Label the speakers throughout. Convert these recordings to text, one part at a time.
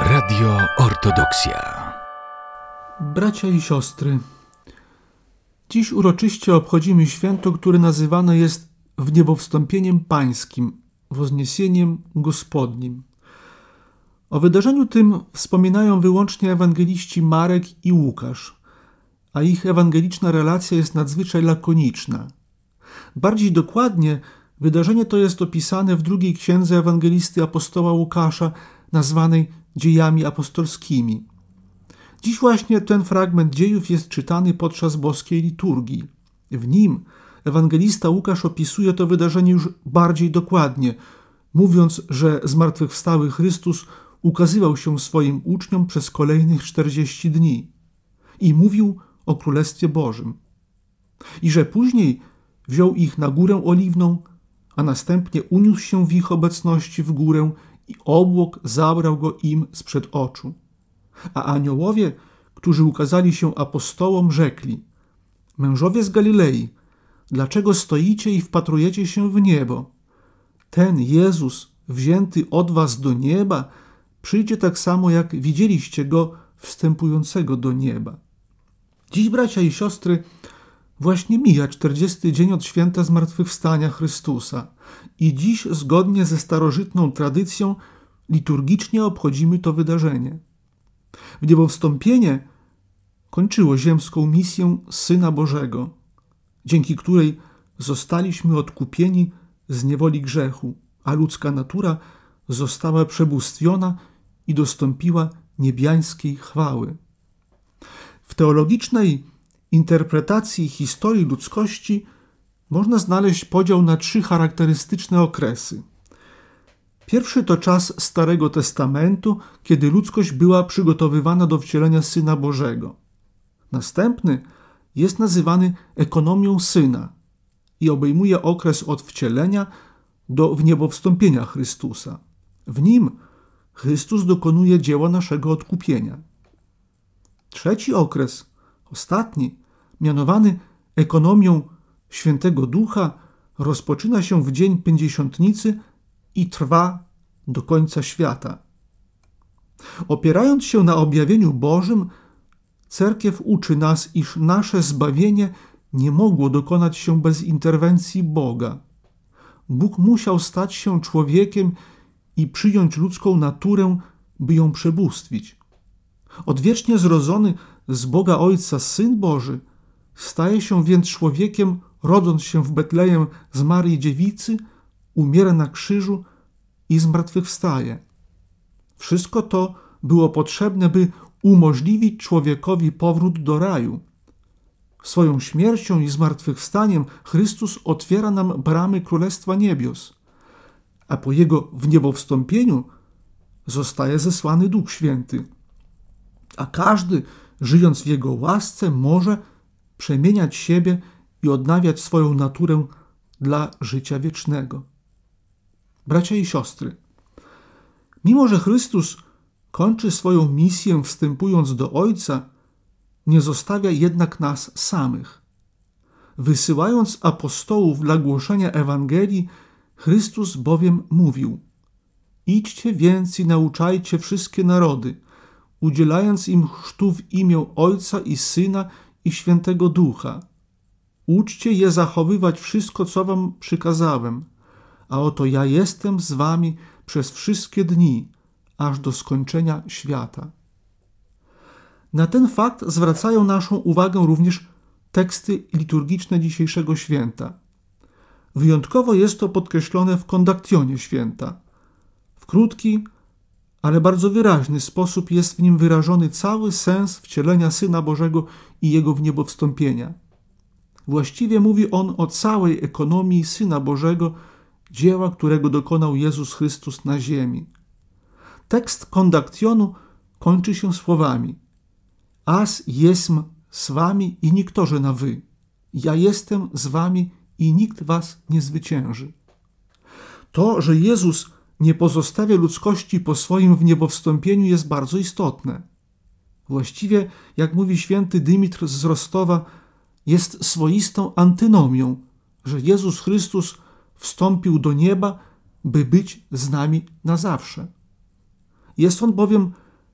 Speaker 1: Radio Ortodoksja.
Speaker 2: Bracia i siostry, dziś uroczyście obchodzimy święto, które nazywane jest wniebowstąpieniem pańskim, wozniesieniem Gospodnim. O wydarzeniu tym wspominają wyłącznie ewangeliści Marek i Łukasz, a ich ewangeliczna relacja jest nadzwyczaj lakoniczna. Bardziej dokładnie wydarzenie to jest opisane w drugiej księdze ewangelisty apostoła Łukasza, nazwanej Dziejami Apostolskimi. Dziś właśnie ten fragment dziejów jest czytany podczas boskiej liturgii. W nim ewangelista Łukasz opisuje to wydarzenie już bardziej dokładnie, mówiąc, że zmartwychwstały Chrystus ukazywał się swoim uczniom przez kolejnych 40 dni i mówił o Królestwie Bożym. I że później wziął ich na Górę Oliwną, a następnie uniósł się w ich obecności w górę i obłok zabrał go im sprzed oczu. A aniołowie, którzy ukazali się apostołom, rzekli: Mężowie z Galilei, dlaczego stoicie i wpatrujecie się w niebo? Ten Jezus, wzięty od was do nieba, przyjdzie tak samo, jak widzieliście go wstępującego do nieba. Dziś, bracia i siostry, właśnie mija 40 dzień od święta zmartwychwstania Chrystusa i dziś, zgodnie ze starożytną tradycją, liturgicznie obchodzimy to wydarzenie. Wniebowstąpienie kończyło ziemską misję Syna Bożego, dzięki której zostaliśmy odkupieni z niewoli grzechu, a ludzka natura została przebóstwiona i dostąpiła niebiańskiej chwały. W teologicznej interpretacji historii ludzkości można znaleźć podział na 3 charakterystyczne okresy. Pierwszy to czas Starego Testamentu, kiedy ludzkość była przygotowywana do wcielenia Syna Bożego. Następny jest nazywany ekonomią Syna i obejmuje okres od wcielenia do wniebowstąpienia Chrystusa. W nim Chrystus dokonuje dzieła naszego odkupienia. Trzeci okres, ostatni, mianowany ekonomią Świętego Ducha, rozpoczyna się w dzień Pięćdziesiątnicy i trwa do końca świata. Opierając się na objawieniu Bożym, Cerkiew uczy nas, iż nasze zbawienie nie mogło dokonać się bez interwencji Boga. Bóg musiał stać się człowiekiem i przyjąć ludzką naturę, by ją przebóstwić. Odwiecznie zrodzony z Boga Ojca Syn Boży staje się więc człowiekiem, rodząc się w Betlejem z Maryi Dziewicy, umiera na krzyżu i zmartwychwstaje. Wszystko to było potrzebne, by umożliwić człowiekowi powrót do raju. Swoją śmiercią i zmartwychwstaniem Chrystus otwiera nam bramy Królestwa Niebios, a po Jego wniebowstąpieniu zostaje zesłany Duch Święty. A każdy, żyjąc w Jego łasce, może przemieniać siebie i odnawiać swoją naturę dla życia wiecznego. Bracia i siostry, mimo że Chrystus kończy swoją misję wstępując do Ojca, nie zostawia jednak nas samych. Wysyłając apostołów dla głoszenia Ewangelii, Chrystus bowiem mówił: Idźcie więc i nauczajcie wszystkie narody, udzielając im chrztu w imię Ojca i Syna i Świętego Ducha. Uczcie je zachowywać wszystko, co wam przykazałem, a oto ja jestem z wami przez wszystkie dni, aż do skończenia świata. Na ten fakt zwracają naszą uwagę również teksty liturgiczne dzisiejszego święta. Wyjątkowo jest to podkreślone w kondaktionie święta. W krótki, ale bardzo wyraźny sposób jest w nim wyrażony cały sens wcielenia Syna Bożego i Jego wniebowstąpienia. Właściwie mówi on o całej ekonomii Syna Bożego, dzieła, którego dokonał Jezus Chrystus na ziemi. Tekst kondaktionu kończy się słowami: As jesm z wami i niktorze na wy. Ja jestem z wami i nikt was nie zwycięży. To, że Jezus nie pozostawia ludzkości po swoim wniebowstąpieniu, jest bardzo istotne. Właściwie, jak mówi święty Dymitr z Rostowa, jest swoistą antynomią, że Jezus Chrystus wstąpił do nieba, by być z nami na zawsze. Jest on bowiem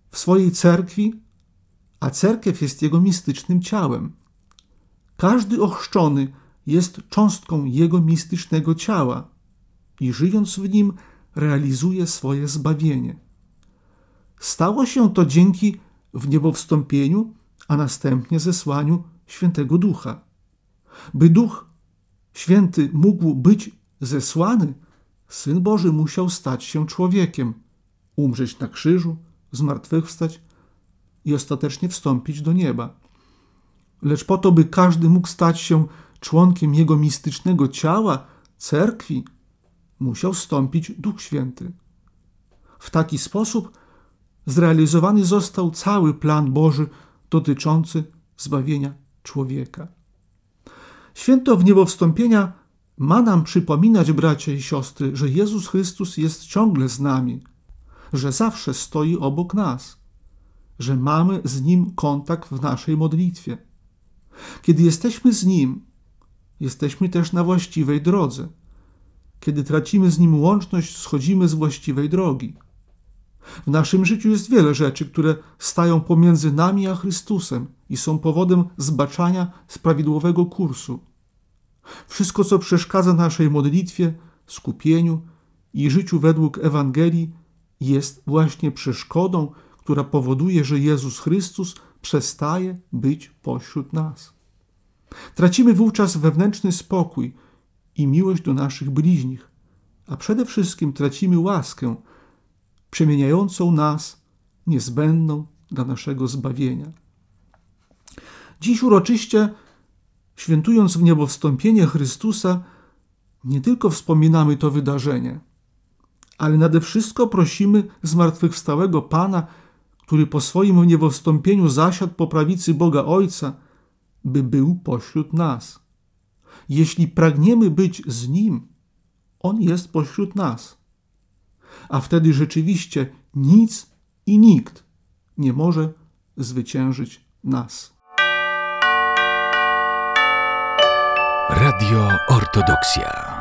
Speaker 2: w swojej cerkwi, a cerkiew jest Jego mistycznym ciałem. Każdy ochrzczony jest cząstką Jego mistycznego ciała i żyjąc w nim realizuje swoje zbawienie. Stało się to dzięki wniebowstąpieniu, a następnie zesłaniu Świętego Ducha. By Duch Święty mógł być zesłany, Syn Boży musiał stać się człowiekiem, umrzeć na krzyżu, zmartwychwstać i ostatecznie wstąpić do nieba. Lecz po to, by każdy mógł stać się członkiem Jego mistycznego ciała, cerkwi, musiał wstąpić Duch Święty. W taki sposób zrealizowany został cały plan Boży dotyczący zbawienia człowieka. Święto wniebowstąpienia ma nam przypominać, bracia i siostry, że Jezus Chrystus jest ciągle z nami, że zawsze stoi obok nas, że mamy z Nim kontakt w naszej modlitwie. Kiedy jesteśmy z Nim, jesteśmy też na właściwej drodze. Kiedy tracimy z Nim łączność, schodzimy z właściwej drogi. W naszym życiu jest wiele rzeczy, które stają pomiędzy nami a Chrystusem i są powodem zbaczania z prawidłowego kursu. Wszystko, co przeszkadza naszej modlitwie, skupieniu i życiu według Ewangelii, jest właśnie przeszkodą, która powoduje, że Jezus Chrystus przestaje być pośród nas. Tracimy wówczas wewnętrzny spokój i miłość do naszych bliźnich, a przede wszystkim tracimy łaskę przemieniającą nas, niezbędną dla naszego zbawienia. Dziś uroczyście, świętując wniebowstąpienie Chrystusa, nie tylko wspominamy to wydarzenie, ale nade wszystko prosimy zmartwychwstałego Pana, który po swoim wniebowstąpieniu zasiadł po prawicy Boga Ojca, by był pośród nas. Jeśli pragniemy być z Nim, On jest pośród nas. A wtedy rzeczywiście nic i nikt nie może zwyciężyć nas.
Speaker 1: Radio Ortodoksja.